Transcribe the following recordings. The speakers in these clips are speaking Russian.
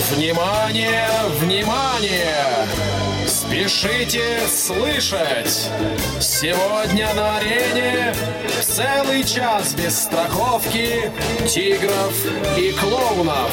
Внимание, внимание! Спешите слышать! Сегодня на арене целый час без страховки тигров и клоунов.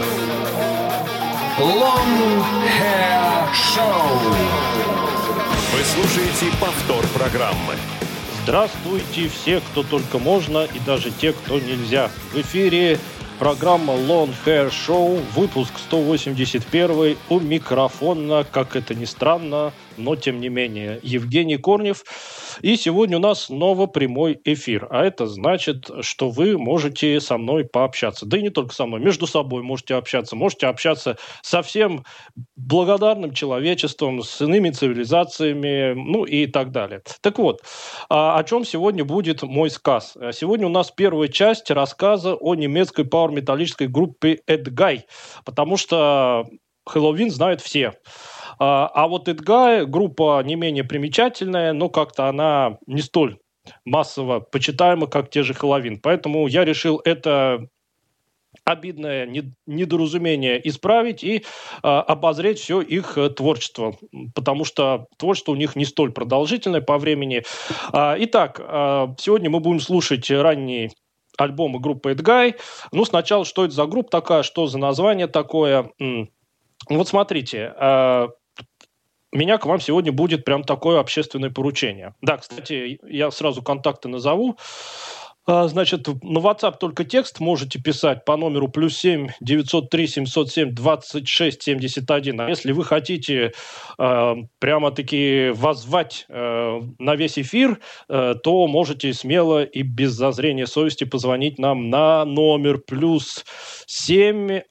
Long Hair Show. Вы слушаете повтор программы. Здравствуйте все, кто только можно, и даже те, кто нельзя. В эфире программа Long Hair Show, выпуск 181, у микрофона, как это ни странно, но тем не менее, Евгений Корнев. И сегодня у нас снова прямой эфир. А это значит, что вы можете со мной пообщаться. Да и не только со мной, между собой можете общаться со всем благодарным человечеством, с иными цивилизациями, ну и так далее. Так вот, о чем сегодня будет мой сказ? Сегодня у нас первая часть рассказа о немецкой пауэр-металлической группе Edguy, потому что Хэллоуин знают все. А вот Edguy группа не менее примечательная, но как-то она не столь массово почитаема, как те же Хэллоуин. Поэтому я решил это обидное недоразумение исправить и обозреть все их творчество, потому что творчество у них не столь продолжительное по времени. Итак, сегодня мы будем слушать ранние альбомы группы Edguy. Ну, сначала, что это за группа такая, что за название такое? Вот смотрите, у меня к вам сегодня будет прям такое общественное поручение. Да, кстати, я сразу контакты назову. Значит, на WhatsApp только текст можете писать по номеру +7 903 707 26 71. А если вы хотите прямо-таки воззвать на весь эфир, то можете смело и без зазрения совести позвонить нам на номер +7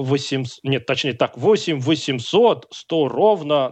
8 800 100 ровно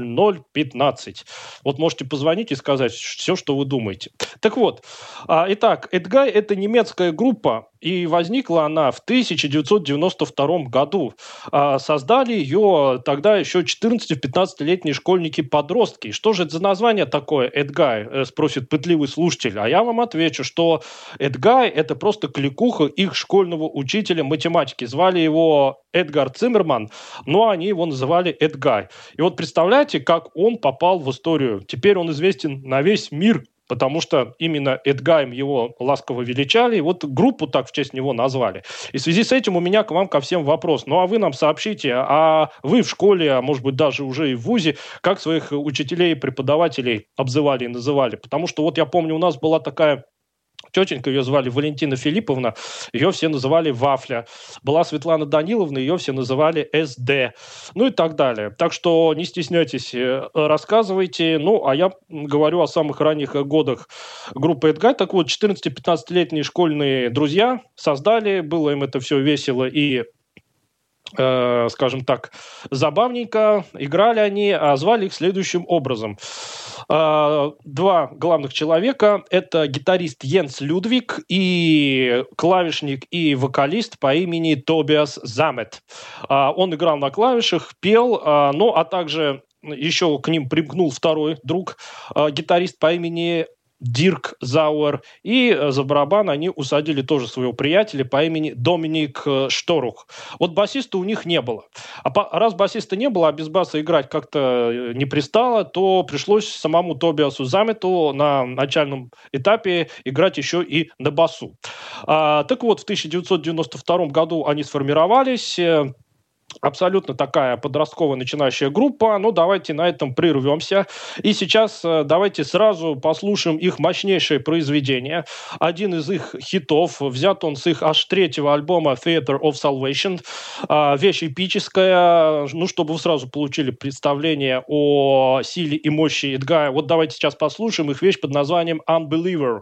0015. Вот можете позвонить и сказать все, что вы думаете. Так вот, итак, Edguy – это немецкая группа, и возникла она в 1992 году. Создали ее тогда еще 14-15-летние школьники-подростки. Что же это за название такое Edguy, спросит пытливый слушатель. А я вам отвечу, что Edguy – это просто кликуха их школьного учителя математики. Звали его Эдгар Циммерман, но они его называли Edguy. И вот представляете, как он попал в историю. Теперь он известен на весь мир, потому что именно Эдгаем его ласково величали, и вот группу так в честь него назвали. И в связи с этим у меня к вам ко всем вопрос. Ну, а вы нам сообщите, а вы в школе, а может быть даже уже и в вузе, как своих учителей и преподавателей обзывали и называли? Потому что вот я помню, у нас была такая тетенька, ее звали Валентина Филипповна, ее все называли Вафля. Была Светлана Даниловна, ее все называли СД. Ну и так далее. Так что не стесняйтесь, рассказывайте. Ну, а я говорю о самых ранних годах группы Edguy. Так вот, 14-15-летние школьные друзья создали, было им это все весело и скажем так, забавненько. Играли они, а звали их следующим образом. Два главных человека – это гитарист Йенс Людвиг и клавишник и вокалист по имени Тобиас Замет. Он играл на клавишах, пел, ну, а также еще к ним примкнул второй друг, гитарист по имени Дирк Зауэр, и за барабан они усадили тоже своего приятеля по имени Доминик Шторух. Вот басиста у них не было. Раз басиста не было, а без баса играть как-то не пристало, то пришлось самому Тобиасу Замету на начальном этапе играть еще и на басу. Так вот, в 1992 году они сформировались. Абсолютно такая подростковая начинающая группа. Ну, давайте на этом прервемся. И сейчас давайте сразу послушаем их мощнейшее произведение. Один из их хитов. Взят он с их аж третьего альбома Theater of Salvation. Вещь эпическая. Ну, чтобы вы сразу получили представление о силе и мощи Edguy. Вот давайте сейчас послушаем их вещь под названием Unbeliever.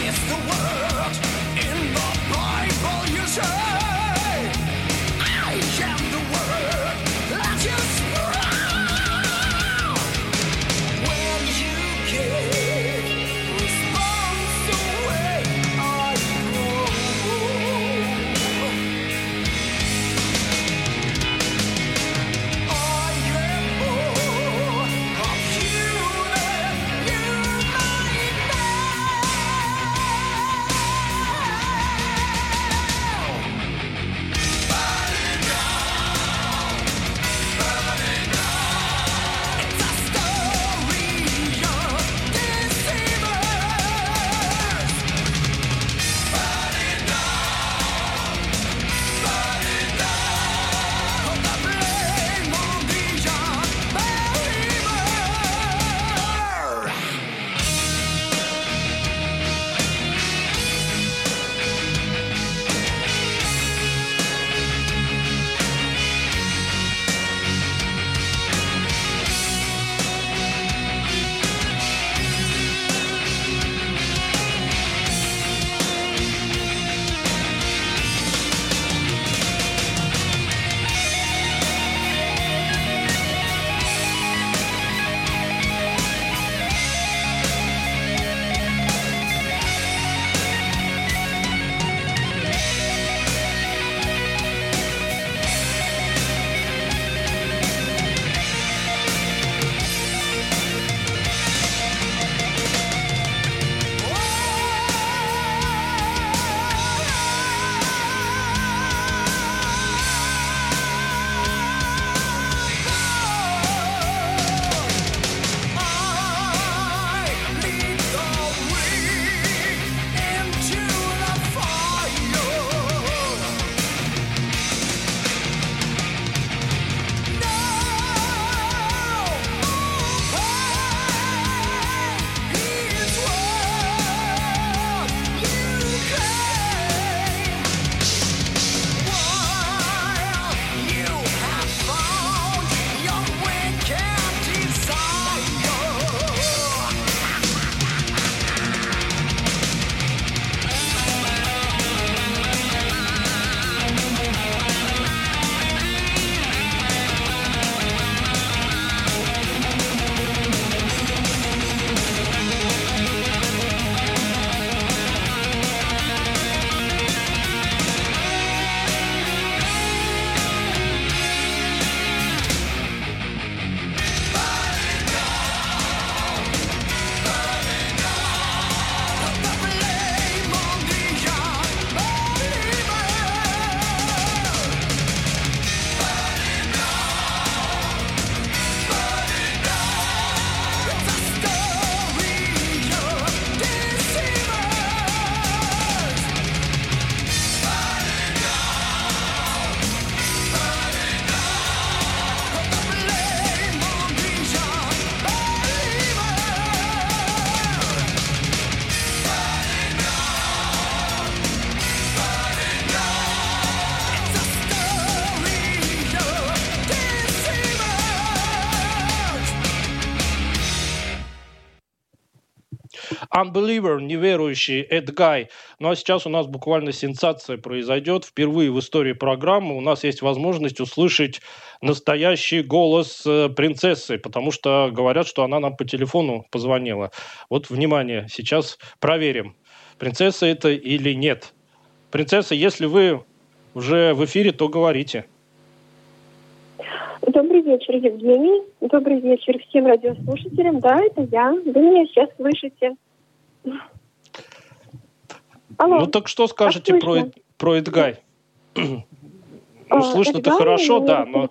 Unbeliever, неверующий, Эдгай. Ну а сейчас у нас буквально сенсация произойдет. Впервые в истории программы у нас есть возможность услышать настоящий голос принцессы, потому что говорят, что она нам по телефону позвонила. Вот, внимание, сейчас проверим, принцесса это или нет. Принцесса, если вы уже в эфире, то говорите. Добрый вечер, Евгений. Добрый вечер всем радиослушателям. Да, это я. Вы меня сейчас слышите. Алло. Ну так что скажете про Эдгай? Ну, слышно-то хорошо, да, но...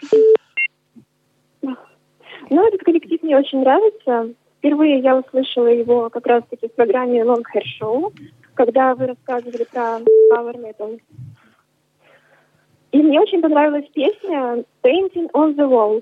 Ну, этот коллектив мне очень нравится. Впервые я услышала его как раз-таки в программе Long Hair Show, когда вы рассказывали про Power Metal. И мне очень понравилась песня Painting on the Wall.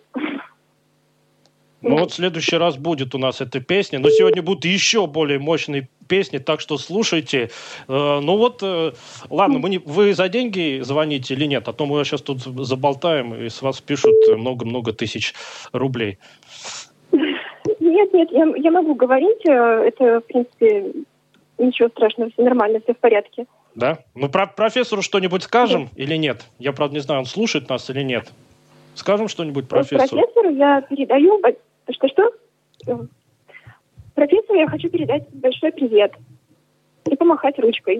Ну вот в следующий раз будет у нас эта песня, но сегодня будут еще более мощные песни, так что слушайте. Ну вот, ладно, вы за деньги звоните или нет? А то мы сейчас тут заболтаем, и с вас пишут много-много тысяч рублей. Нет, я могу говорить. Это, в принципе, Ничего страшного, все нормально, все в порядке. Да? Ну, профессору что-нибудь скажем или нет? Я, правда, не знаю, он слушает нас или нет. Скажем что-нибудь профессору? Профессору я передаю... Что? Профессору я хочу передать большой привет. И помахать ручкой.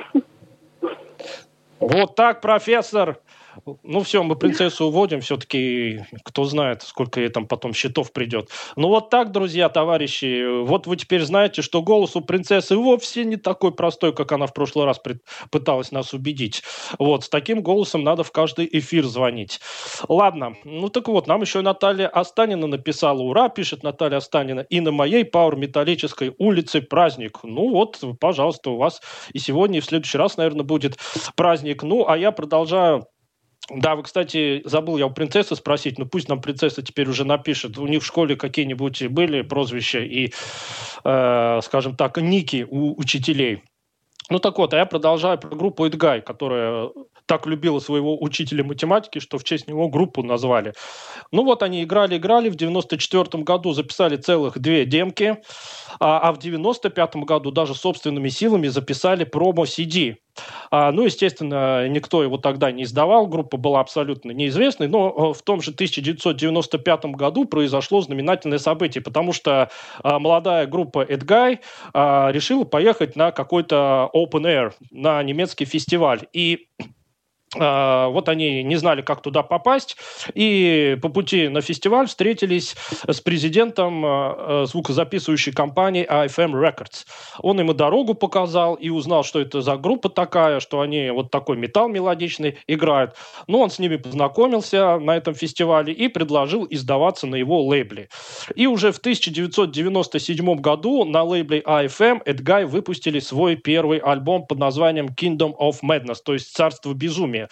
Вот так, профессор! Ну все, мы принцессу уводим, все-таки кто знает, сколько ей там потом счетов придет. Ну вот так, друзья, товарищи, вот вы теперь знаете, что голос у принцессы вовсе не такой простой, как она в прошлый раз пыталась нас убедить. Вот, с таким голосом надо в каждый эфир звонить. Ладно, ну так вот, нам еще Наталья Останина написала: ура, пишет Наталья Останина, и на моей Пауэр-металлической улице праздник. Ну вот, пожалуйста, у вас и сегодня, и в следующий раз, наверное, будет праздник. Ну, а я продолжаю. Да, вы, кстати, забыл я у принцессы спросить, но пусть нам принцесса теперь уже напишет. У них в школе какие-нибудь были прозвища и, скажем так, ники у учителей. Ну так вот, а я продолжаю про группу Эдгай, которая так любила своего учителя математики, что в честь него группу назвали. Ну вот они играли, в 94 году записали целых 2 демки, а в 95 году даже собственными силами записали промо-CD. Ну, естественно, никто его тогда не издавал, группа была абсолютно неизвестной, но в том же 1995 году произошло знаменательное событие, потому что молодая группа Эдгай решила поехать на какой-то open air, на немецкий фестиваль. И вот они не знали, как туда попасть, и по пути на фестиваль встретились с президентом звукозаписывающей компании IFM Records. Он им и дорогу показал, и узнал, что это за группа такая, что они вот такой металл мелодичный играют. Ну, он с ними познакомился на этом фестивале и предложил издаваться на его лейбле. И уже в 1997 году на лейбле IFM Эдгай выпустили свой первый альбом под названием Kingdom of Madness, то есть «Царство безумия».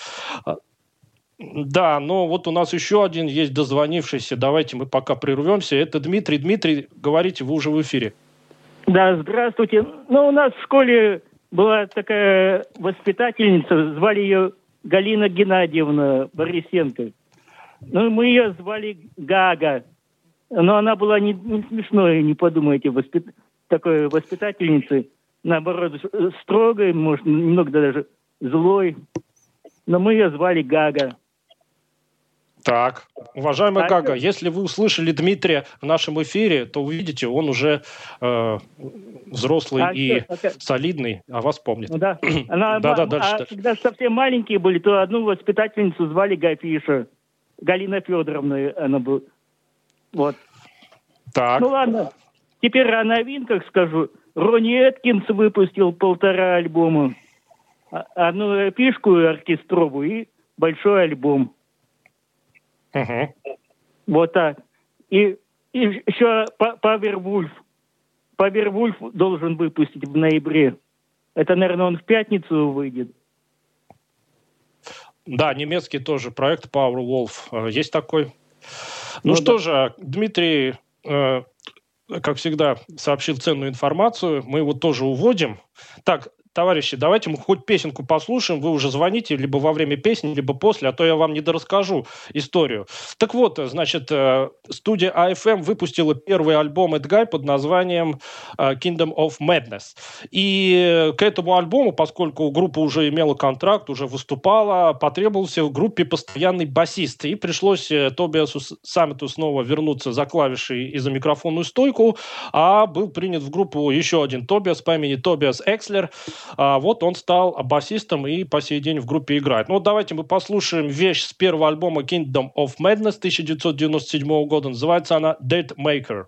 Да, но вот у нас еще один есть дозвонившийся. Давайте мы пока прервемся. Это Дмитрий. Дмитрий, говорите, вы уже в эфире. Да, здравствуйте. Ну, у нас в школе была такая воспитательница, звали ее Галина Геннадьевна Борисенко. Ну, мы ее звали Гага. Но она была не смешной, не подумайте, такой воспитательницей. Наоборот, строгой, может, немного даже злой. Но мы ее звали Гага. Так, уважаемая Гага, если вы услышали Дмитрия в нашем эфире, то увидите, он уже взрослый и солидный, а вас помнит. Ну, да. Когда совсем маленькие были, то одну воспитательницу звали Гафиша. Галина Федоровна она была. Вот. Так. Ну ладно, теперь о новинках скажу. Ронни Эткинс выпустил 1,5 альбома. Одну эпишку оркестровую и большой альбом. Угу. Вот так. И еще Powerwolf. Powerwolf должен выпустить в ноябре. Это, наверное, он в пятницу выйдет. Да, немецкий тоже проект Powerwolf. Есть такой. Ну что же, Дмитрий, как всегда, сообщил ценную информацию. Мы его тоже уводим. Так, товарищи, давайте мы хоть песенку послушаем. Вы уже звоните либо во время песни, либо после, а то я вам не дорасскажу историю. Так вот, значит, студия IFM выпустила первый альбом Эдгай под названием Kingdom of Madness. И к этому альбому, поскольку группа уже имела контракт, уже выступала, потребовался в группе постоянный басист. И пришлось Тобиасу Саммиту снова вернуться за клавиши и за микрофонную стойку, а был принят в группу еще один Тобиас по имени Тобиас Экслер. Вот он стал басистом и по сей день в группе играет. Ну вот давайте мы послушаем вещь с первого альбома Kingdom of Madness 1997 года. Называется она Dead Maker.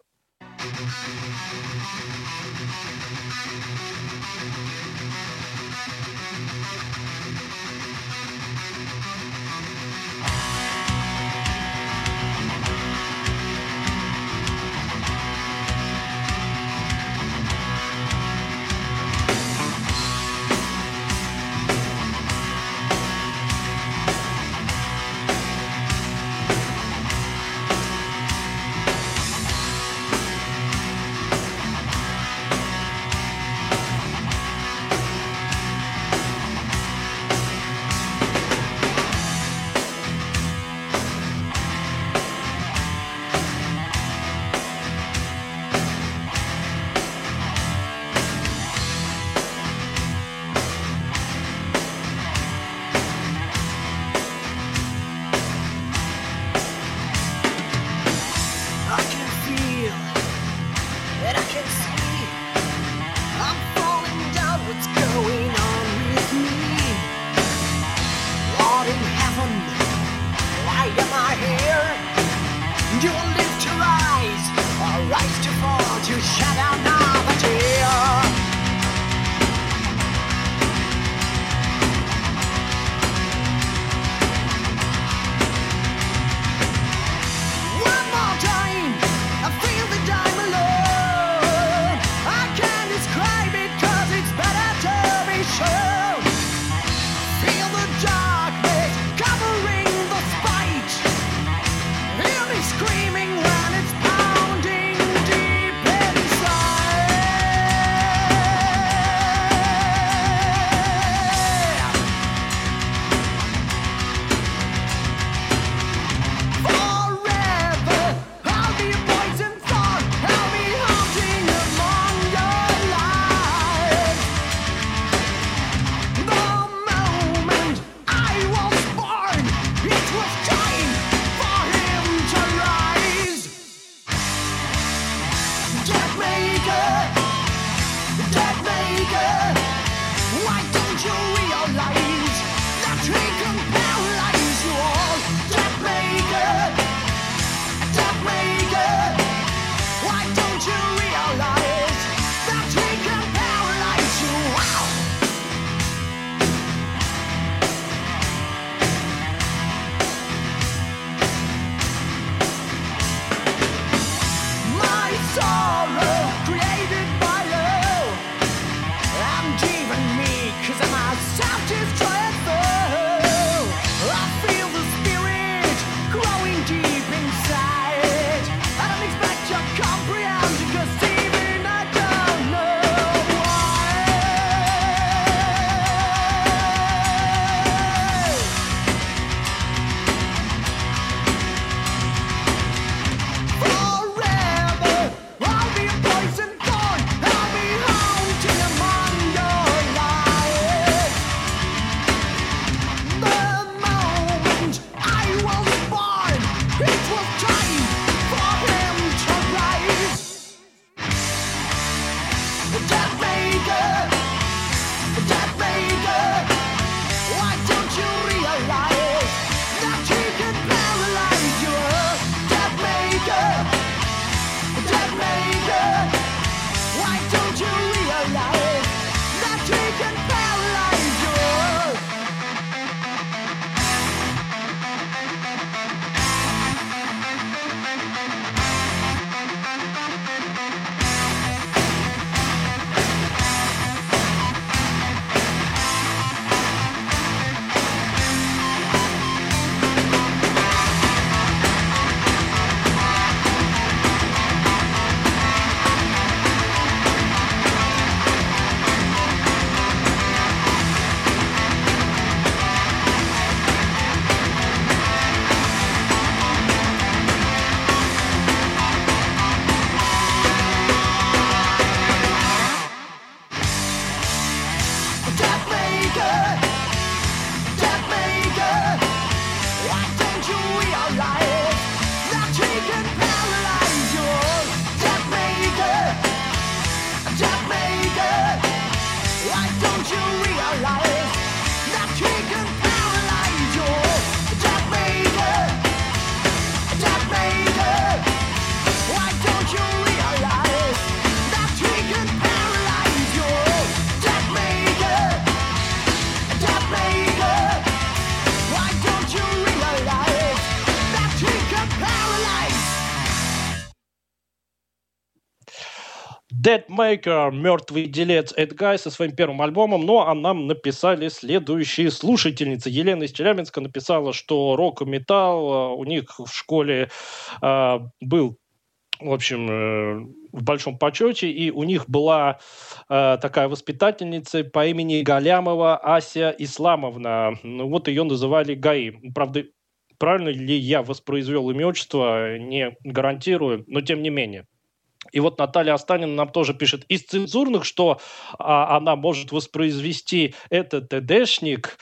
Deadmaker, мертвый делец Эдгай со своим первым альбомом. Ну, а нам написали следующие слушательницы. Елена из Челябинска написала, что рок и металл у них в школе был, в общем, в большом почете, и у них была такая воспитательница по имени Галямова Ася Исламовна. Ну, вот ее называли ГАИ. Правда, правильно ли я воспроизвел имя, отчество, не гарантирую, но тем не менее. И вот Наталья Останина нам тоже пишет из цензурных, что она может воспроизвести этот ТДшник,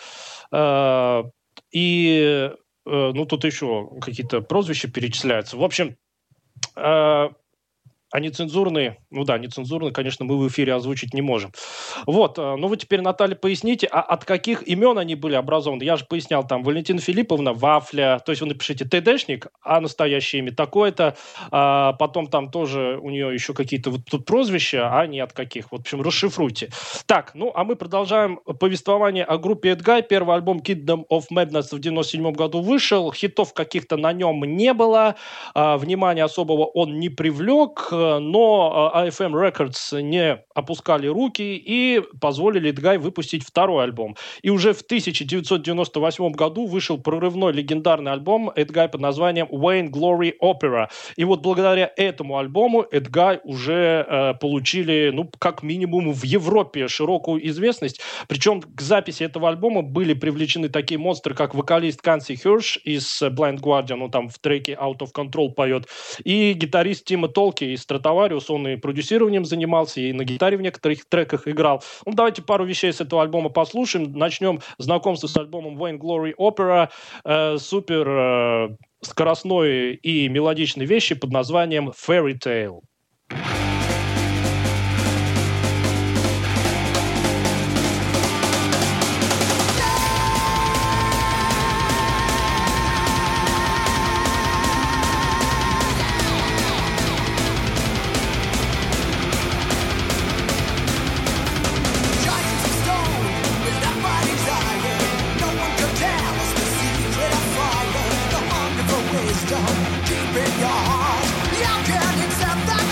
и ну, тут еще какие-то прозвища перечисляются. В общем, а нецензурные, ну да, нецензурные, конечно, мы в эфире озвучить не можем. Вот, ну вы теперь, Наталья, поясните, а от каких имен они были образованы? Я же пояснял, там, Валентина Филипповна, Вафля, то есть вы напишите ТДшник, а настоящее имя такое-то, потом там тоже у нее еще какие-то вот тут прозвища, а не от каких. Вот, в общем, расшифруйте. Так, ну, а мы продолжаем повествование о группе Эдгай. Первый альбом Kingdom of Madness в 97 году вышел, хитов каких-то на нем не было, внимания особого он не привлек, но AFM Records не опускали руки и позволили Эдгай выпустить второй альбом. И уже в 1998 году вышел прорывной легендарный альбом Эдгай под названием Vain Glory Opera. И вот благодаря этому альбому Эдгай уже получили, ну, как минимум в Европе широкую известность. Причем к записи этого альбома были привлечены такие монстры, как вокалист Канси Хёрш из Blind Guardian, он там в треке Out of Control поет, и гитарист Тима Толки из Stratovarius, он и продюсированием занимался, и на гитаре в некоторых треках играл. Ну, давайте пару вещей с этого альбома послушаем. Начнем знакомство с альбомом Vain Glory Opera. Супер скоростной и мелодичной вещи под названием Fairy Tale. Deep in your heart, you can't accept that.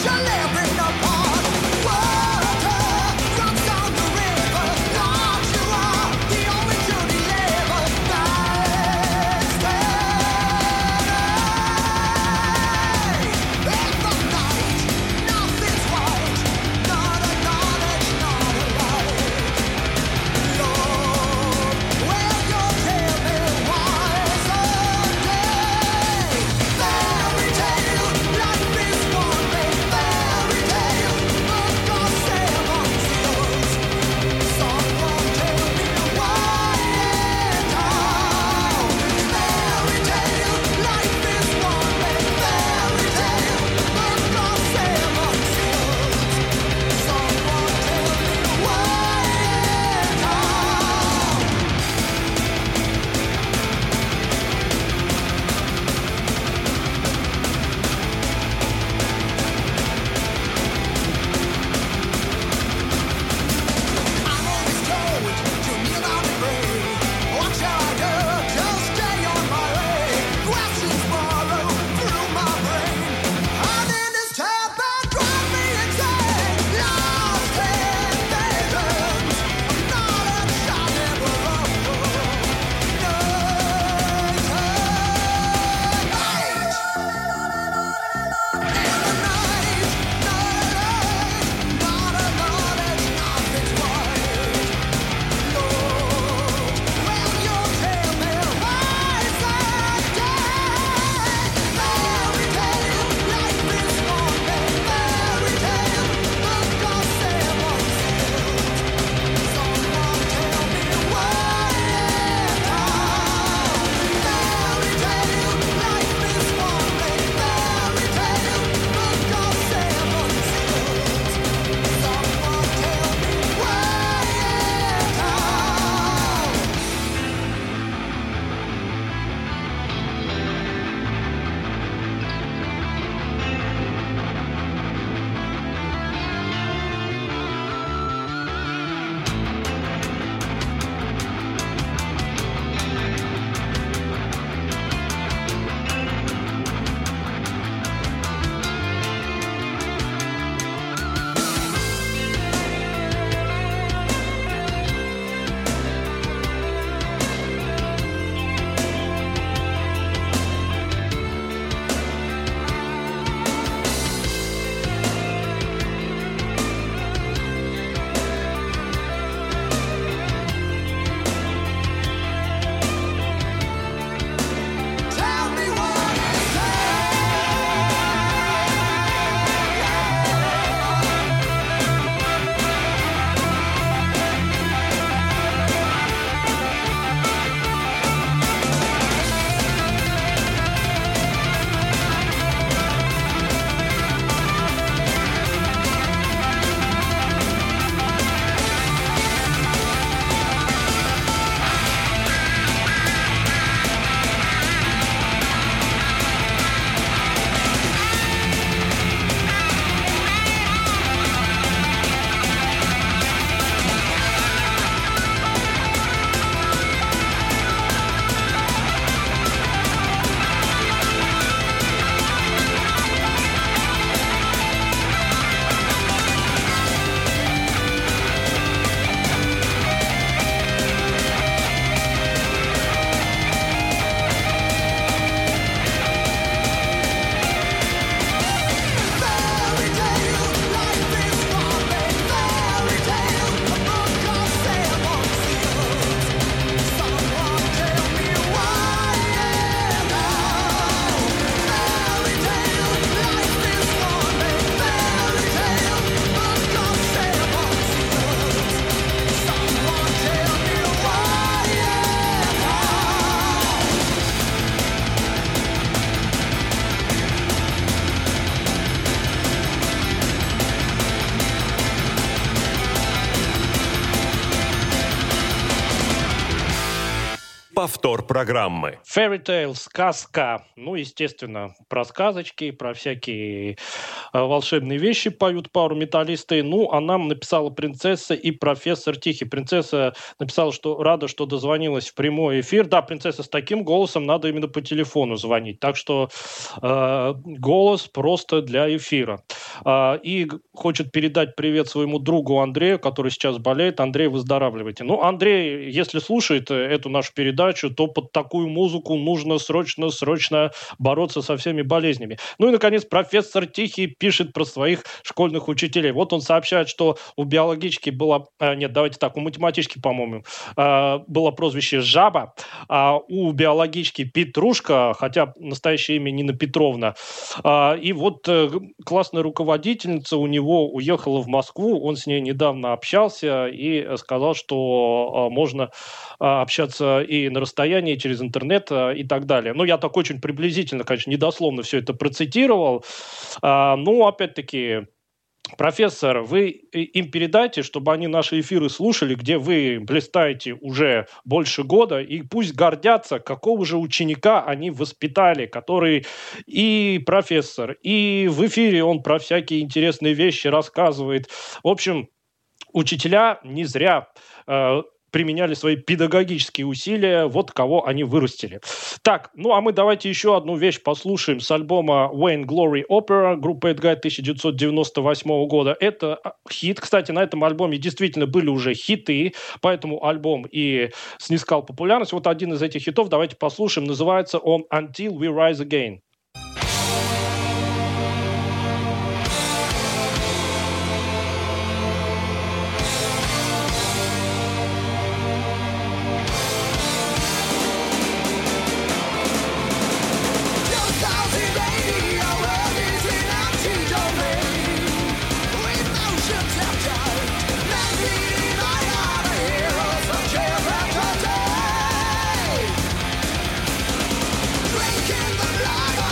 повтор программы. Fairy Tale, сказка. Ну, естественно, про сказочки, про всякие волшебные вещи поют пару металлисты. Ну, а нам написала принцесса и профессор Тихий. Принцесса написала, что рада, что дозвонилась в прямой эфир. Да, принцесса, с таким голосом надо именно по телефону звонить. Так что голос просто для эфира. И хочет передать привет своему другу Андрею, который сейчас болеет. Андрей, выздоравливайте. Ну, Андрей, если слушает эту нашу передачу, то под такую музыку нужно срочно бороться со всеми болезнями. Ну и, наконец, профессор Тихий пишет про своих школьных учителей. Вот он сообщает, что у биологички было... у математички, по-моему, было прозвище Жаба, а у биологички Петрушка, хотя настоящее имя Нина Петровна. И вот классная руководительница у него уехала в Москву, он с ней недавно общался и сказал, что можно общаться и на расстоянии, и через интернет и так далее. Ну, я так очень приблизительно, конечно, недословно все это процитировал. Ну, опять-таки, профессор, вы им передайте, чтобы они наши эфиры слушали, где вы блистаете уже больше года, и пусть гордятся, какого же ученика они воспитали, который и профессор, и в эфире он про всякие интересные вещи рассказывает. В общем, учителя не зря применяли свои педагогические усилия, вот кого они вырастили. Так, ну а мы давайте еще одну вещь послушаем с альбома Wayne Glory Opera группы Эдгай 1998 года. Это хит. Кстати, на этом альбоме действительно были уже хиты, поэтому альбом и снискал популярность. Вот один из этих хитов давайте послушаем. Называется он Until We Rise Again. Drinking the blood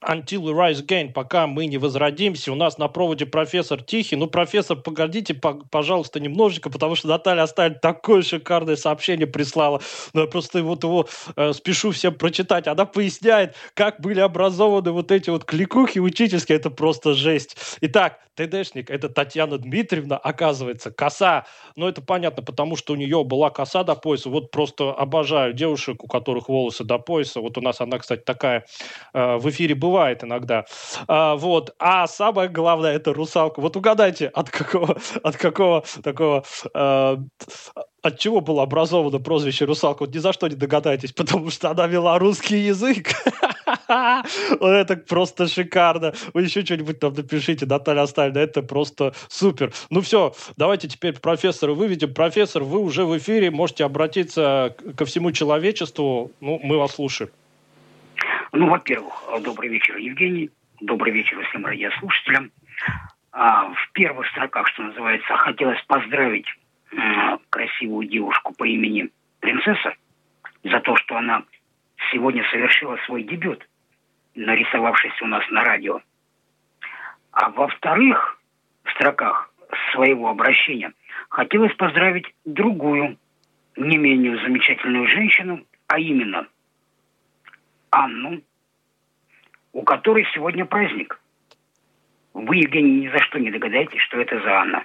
Until we rise again, пока мы не возродимся. У нас на проводе профессор Тихий. Ну, профессор, погодите, пожалуйста, немножечко, потому что Наталья Останина такое шикарное сообщение прислала. Ну, я просто вот его спешу всем прочитать. Она поясняет, как были образованы вот эти вот кликухи учительские. Это просто жесть. Итак, ТДшник, это Татьяна Дмитриевна, оказывается, коса. Но это понятно, потому что у нее была коса до пояса. Вот просто обожаю девушек, у которых волосы до пояса. Вот у нас она, кстати, такая в эфире бывает иногда. Вот. А самое главное, это русалка. Вот угадайте, от какого такого... От чего было образовано прозвище русалка? Вот ни за что не догадаетесь, потому что она вела русский язык. Вот это просто шикарно. Вы еще что-нибудь там напишите, Наталья Останина. Это просто супер. Ну все, давайте теперь профессора выведем. Профессор, вы уже в эфире, можете обратиться ко всему человечеству. Ну, мы вас слушаем. Ну, во-первых, добрый вечер, Евгений. Добрый вечер всем радиослушателям. В первых строках, что называется, хотелось поздравить красивую девушку по имени Принцесса за то, что она сегодня совершила свой дебют, нарисовавшись у нас на радио. А во вторых строках своего обращения хотелось поздравить другую, не менее замечательную женщину, а именно Анну, у которой сегодня праздник. Вы, Евгений, ни за что не догадаетесь, что это за Анна.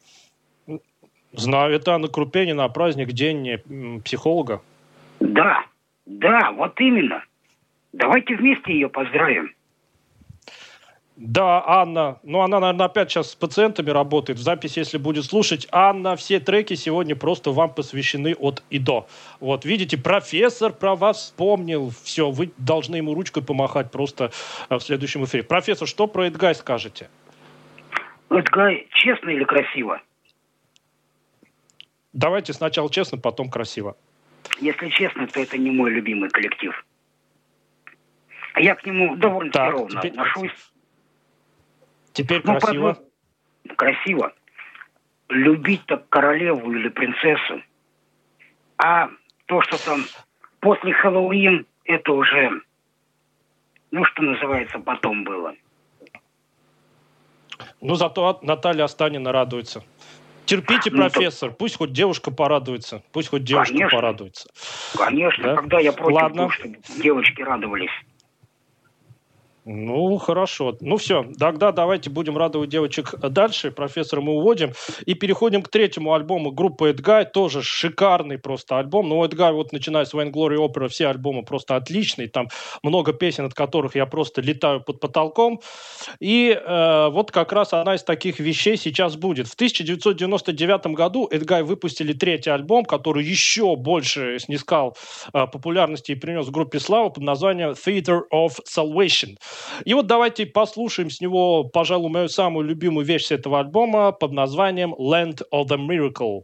Знаю, это Анна Крупенина, праздник, день психолога. Да, вот именно. Давайте вместе ее поздравим. Да, Анна. Ну, она, наверное, опять сейчас с пациентами работает. В записи, если будет слушать. Анна, все треки сегодня просто вам посвящены от и до. Вот, видите, профессор про вас вспомнил. Все, вы должны ему ручкой помахать просто в следующем эфире. Профессор, что про Эдгай скажете? Эдгай честно или красиво? Давайте сначала честно, потом красиво. Если честно, то это не мой любимый коллектив. Я к нему довольно ровно отношусь. Теперь красиво. Красиво. Любить так королеву или принцессу. А то, что там после Хэллоуин, это уже, ну, что называется, потом было. Ну, зато Наталья Останина радуется. Терпите, профессор. Пусть хоть девушка порадуется. Пусть хоть девушка порадуется. Конечно. Да? Когда я против того, чтобы девочки радовались. Ну, хорошо. Ну, все. Тогда давайте будем радовать девочек дальше. Профессора мы уводим. И переходим к третьему альбому группы Эдгай. Тоже шикарный просто альбом. Но Эдгай, вот начиная с Vain Glory Opera, все альбомы просто отличные. Там много песен, от которых я просто летаю под потолком. И вот как раз одна из таких вещей сейчас будет. В 1999 году Эдгай выпустили третий альбом, который еще больше снискал популярности и принес группе славу под названием Theater of Salvation. И вот давайте послушаем с него, пожалуй, мою самую любимую вещь с этого альбома под названием Land of the Miracle.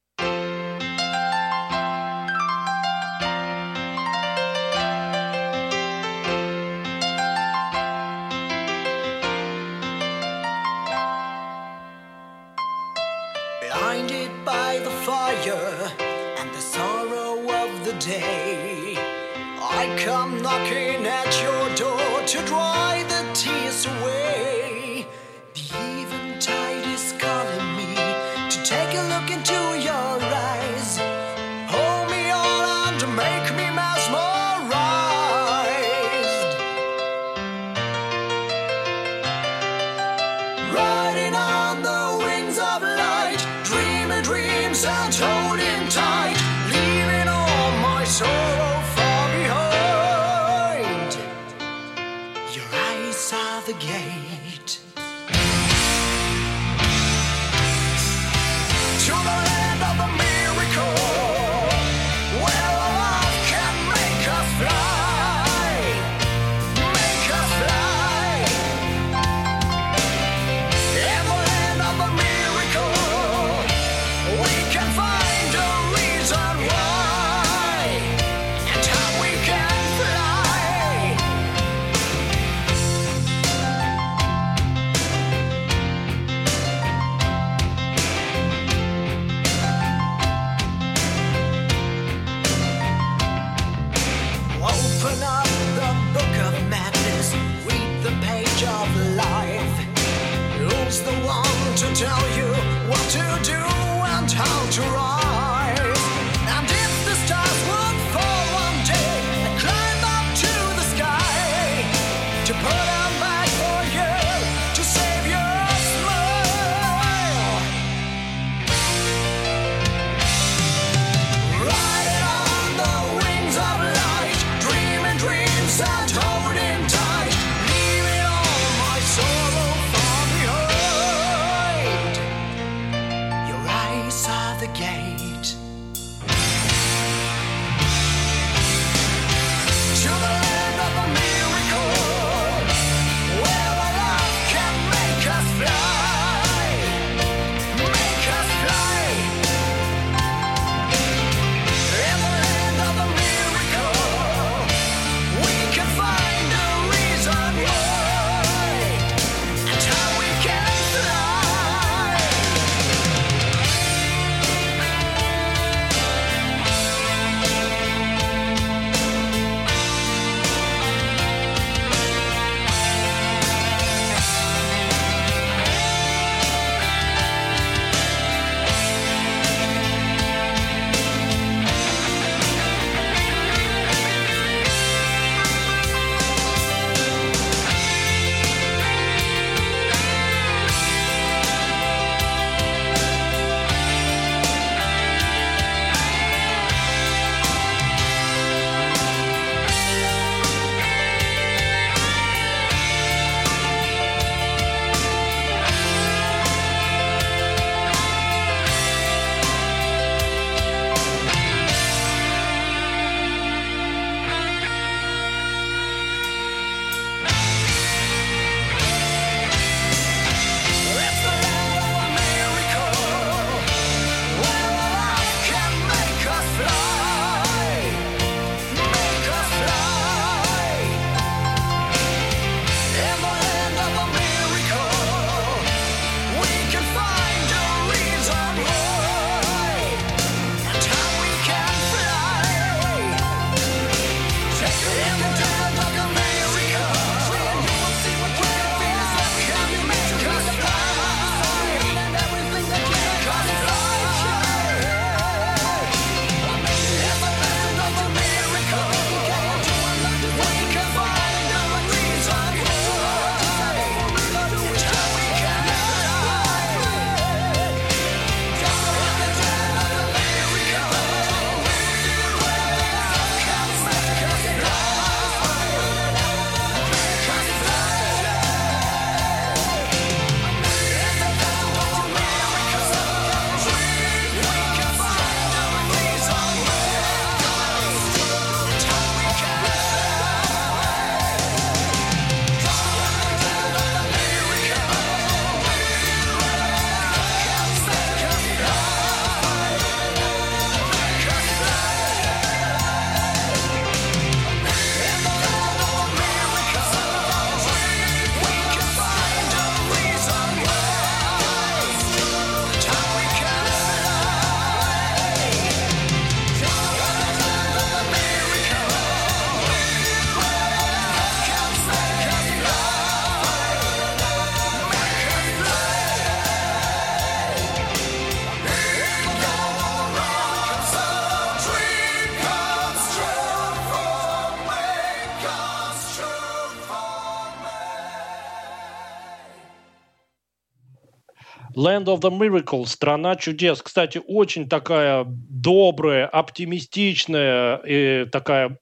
Blinded by the fire and the sorrow of the day, I come knocking at your door to dry the tears away. The eventide is calling me to take a look into your eyes. Hold me on and make me mesmerized. Riding on the wings of light, dreaming dreams and holding tight, leaving all my sorrow far behind. Your eyes are the gate to the land of the miracle, where love can make us fly, make us fly. In the land of the miracle, we can find a reason why, and how we can fly. Open up the book of madness, read is the one to tell you what to do and how to rise. And if the stars would fall one day and climb up to the sky, to put them back for you, to save your smile. Riding on the wings of light, dreaming dreams and holding tight, leaving all my sorrow far behind. Your eyes are the gate to the land of a miracle, where the love can make us fly, make us fly. In the land of a miracle, we can find a reason why, and how we can fly. It's the land of a miracle, where the love can make us fly, make us fly. In the land of a miracle, we can find a reason why, and how we can fly. In the land of a miracle, you will see what you can feel. Can you make us fly? And everything that make us fly. In the land of a miracle, we can find a reason why, and how we can fly. In the land of a miracle, can make us Land of the Miracle, страна чудес. Кстати, очень такая добрая, оптимистичная и такая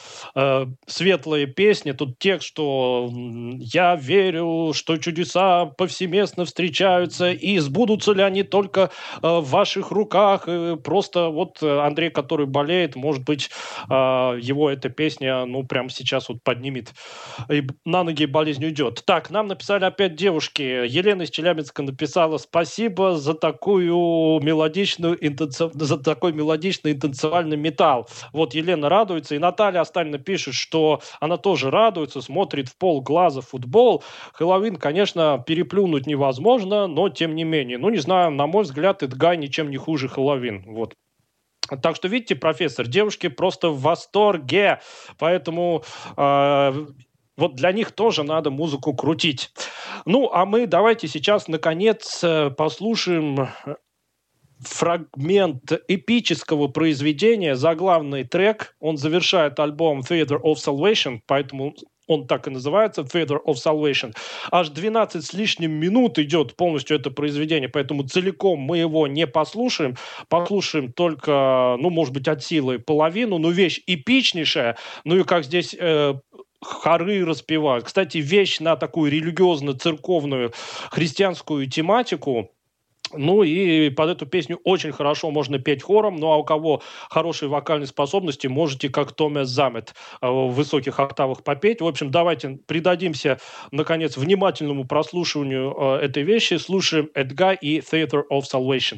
светлая песня. Тут текст, что я верю, что чудеса повсеместно встречаются, и сбудутся ли они только в ваших руках. И просто вот Андрей, который болеет, может быть, его эта песня, ну, прямо сейчас вот поднимет и на ноги, болезнь уйдет. Так, нам написали опять девушки. Елена из Челябинска написала: спасибо за такую мелодичную, за такой мелодичный интенсивальный металл. Вот Елена радуется, и Наталья Остальна пишет, что она тоже радуется, смотрит в полглаза футбол. Хэллоуин, конечно, переплюнуть невозможно, но тем не менее. Ну, не знаю, на мой взгляд, Эдгай ничем не хуже Хэллоуин. Вот. Так что, видите, профессор, девушки просто в восторге. Поэтому Вот для них тоже надо музыку крутить. Ну, а мы давайте сейчас, наконец, послушаем фрагмент эпического произведения, заглавный трек. Он завершает альбом Theater of Salvation, поэтому он так и называется, Theater of Salvation. Аж 12 с лишним минут идет полностью это произведение, поэтому целиком мы его не послушаем. Послушаем только, ну, может быть, от силы половину, но вещь эпичнейшая. Ну и как здесь хоры распевают. Кстати, вещь на такую религиозно-церковную христианскую тематику. Ну и под эту песню очень хорошо можно петь хором. Ну а у кого хорошие вокальные способности, можете как Томас Замет в высоких октавах попеть. В общем, давайте придадимся, наконец, внимательному прослушиванию этой вещи. Слушаем Эдгай и Theater of Salvation.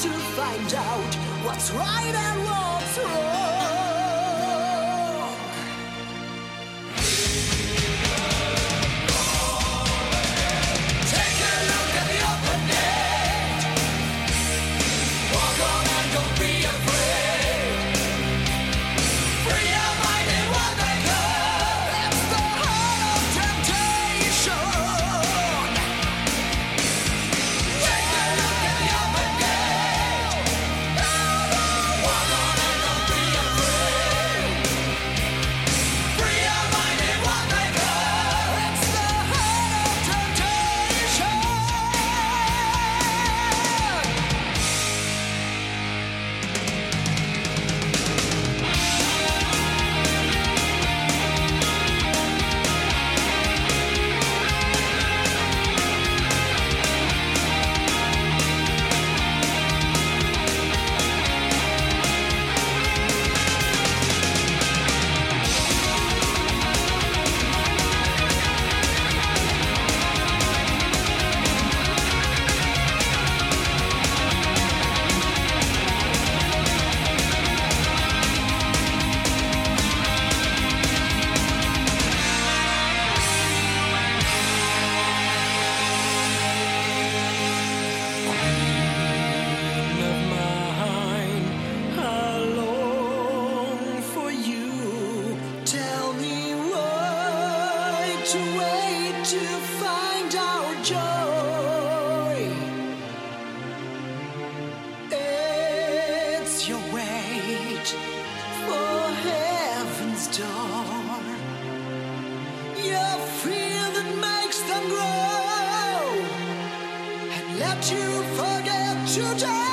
to find out what's right and what's wrong. Take a look at the open gate. Walk on and don't be afraid. Free your mind in what they call. It's the heart of temptation. Take a look at the open gate. Walk on and don't be afraid. Free your mind in what they call. It's the heart of temptation. Of mine, I long for you. Tell me why to wait to find our joy. It's your wait for heaven's door. Your fear that makes them grow and let you forget to die.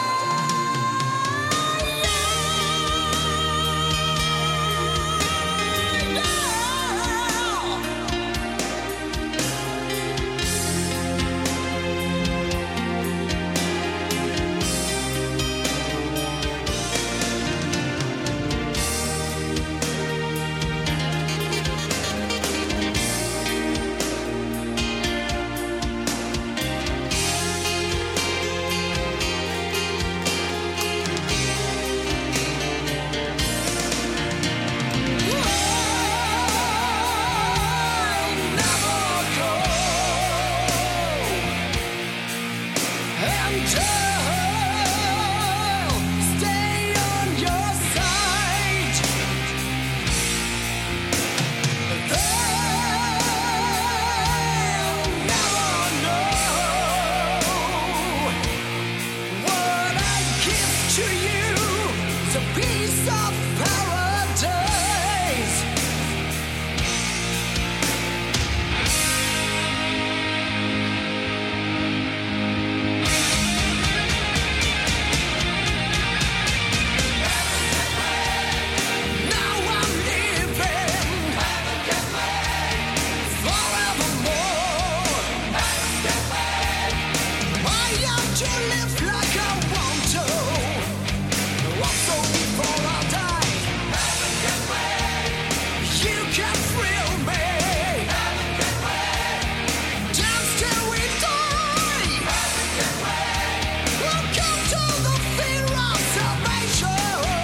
Piece of paradise. Now I'm living forevermore. I have to live like I want to. Also before I die, you can thrill me. Dance till we die. We'll come to the fear of salvation.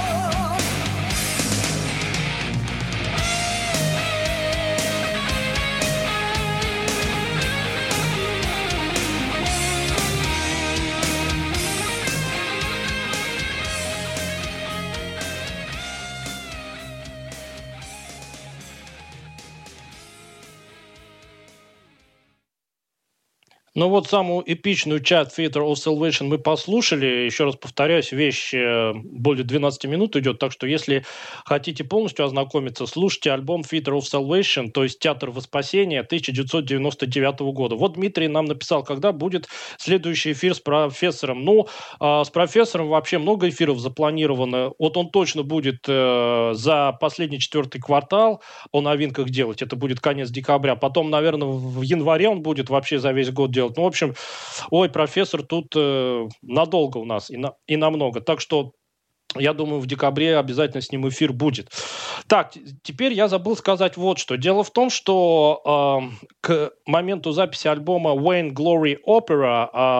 Ну вот самую эпичную часть Theater of Salvation мы послушали. Еще раз повторяюсь, вещь более 12 минут идет, так что если хотите полностью ознакомиться, слушайте альбом Theater of Salvation, то есть Театр Воспасения 1999 года. Вот Дмитрий нам написал, когда будет следующий эфир с профессором. Ну, с профессором вообще много эфиров запланировано. Вот он точно будет за последний 4-й квартал о новинках делать. Это будет конец декабря. Потом, наверное, в январе он будет вообще за весь год делать. Ну, в общем, ой, профессор тут надолго у нас и намного. Так что я думаю, в декабре обязательно с ним эфир будет. Так, теперь я забыл сказать вот что. Дело в том, что к моменту записи альбома Wayne Glory Opera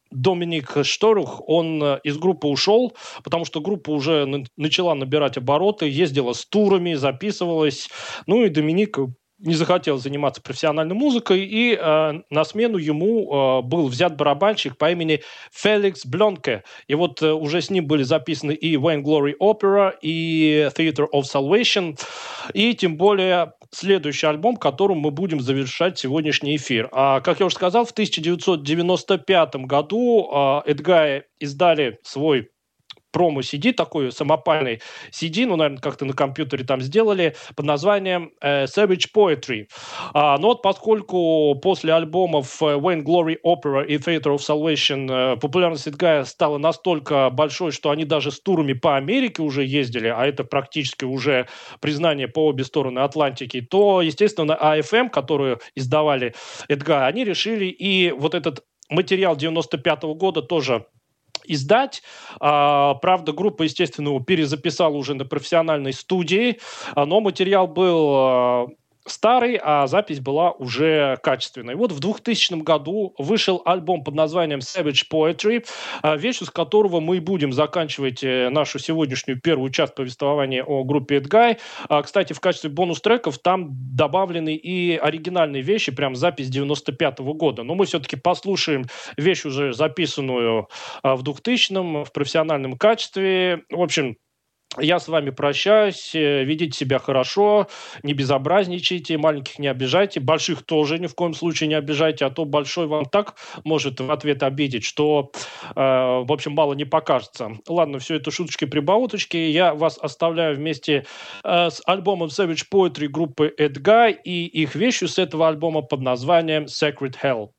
Доминик Шторух, он из группы ушел, потому что группа уже начала набирать обороты, ездила с турами, записывалась. Ну и Доминик не захотел заниматься профессиональной музыкой, и на смену ему был взят барабанщик по имени Феликс Блонке. И вот уже с ним были записаны и Vainglory Opera, и Theatre of Salvation, и тем более следующий альбом, которым мы будем завершать сегодняшний эфир. Как я уже сказал, в 1995 году Эдгай издали свой промо-CD, такой самопальный CD, ну, наверное, как-то на компьютере там сделали, под названием Savage Poetry. Но вот поскольку после альбомов Vainglory Opera и Theatre of Salvation популярность Эдгая стала настолько большой, что они даже с турами по Америке уже ездили, а это практически уже признание по обе стороны Атлантики, то, естественно, AFM, которую издавали Эдгая, они решили и вот этот материал 95 года тоже издать. Правда, группа, естественно, его перезаписала уже на профессиональной студии, но материал был старый, а запись была уже качественной. Вот в 2000 году вышел альбом под названием Savage Poetry, вещью с которого мы будем заканчивать нашу сегодняшнюю первую часть повествования о группе Эдгай. Кстати, в качестве бонус-треков там добавлены и оригинальные вещи, прям запись 95 года. Но мы все-таки послушаем вещь, уже записанную в 2000-м в профессиональном качестве. В общем, я с вами прощаюсь. Ведите себя хорошо, не безобразничайте, маленьких не обижайте, больших тоже ни в коем случае не обижайте, а то большой вам так может в ответ обидеть, что, в общем, мало не покажется. Ладно, все это шуточки-прибауточки. Я вас оставляю вместе с альбомом Savage Poetry группы Эдгай и их вещью с этого альбома под названием Sacred Hell.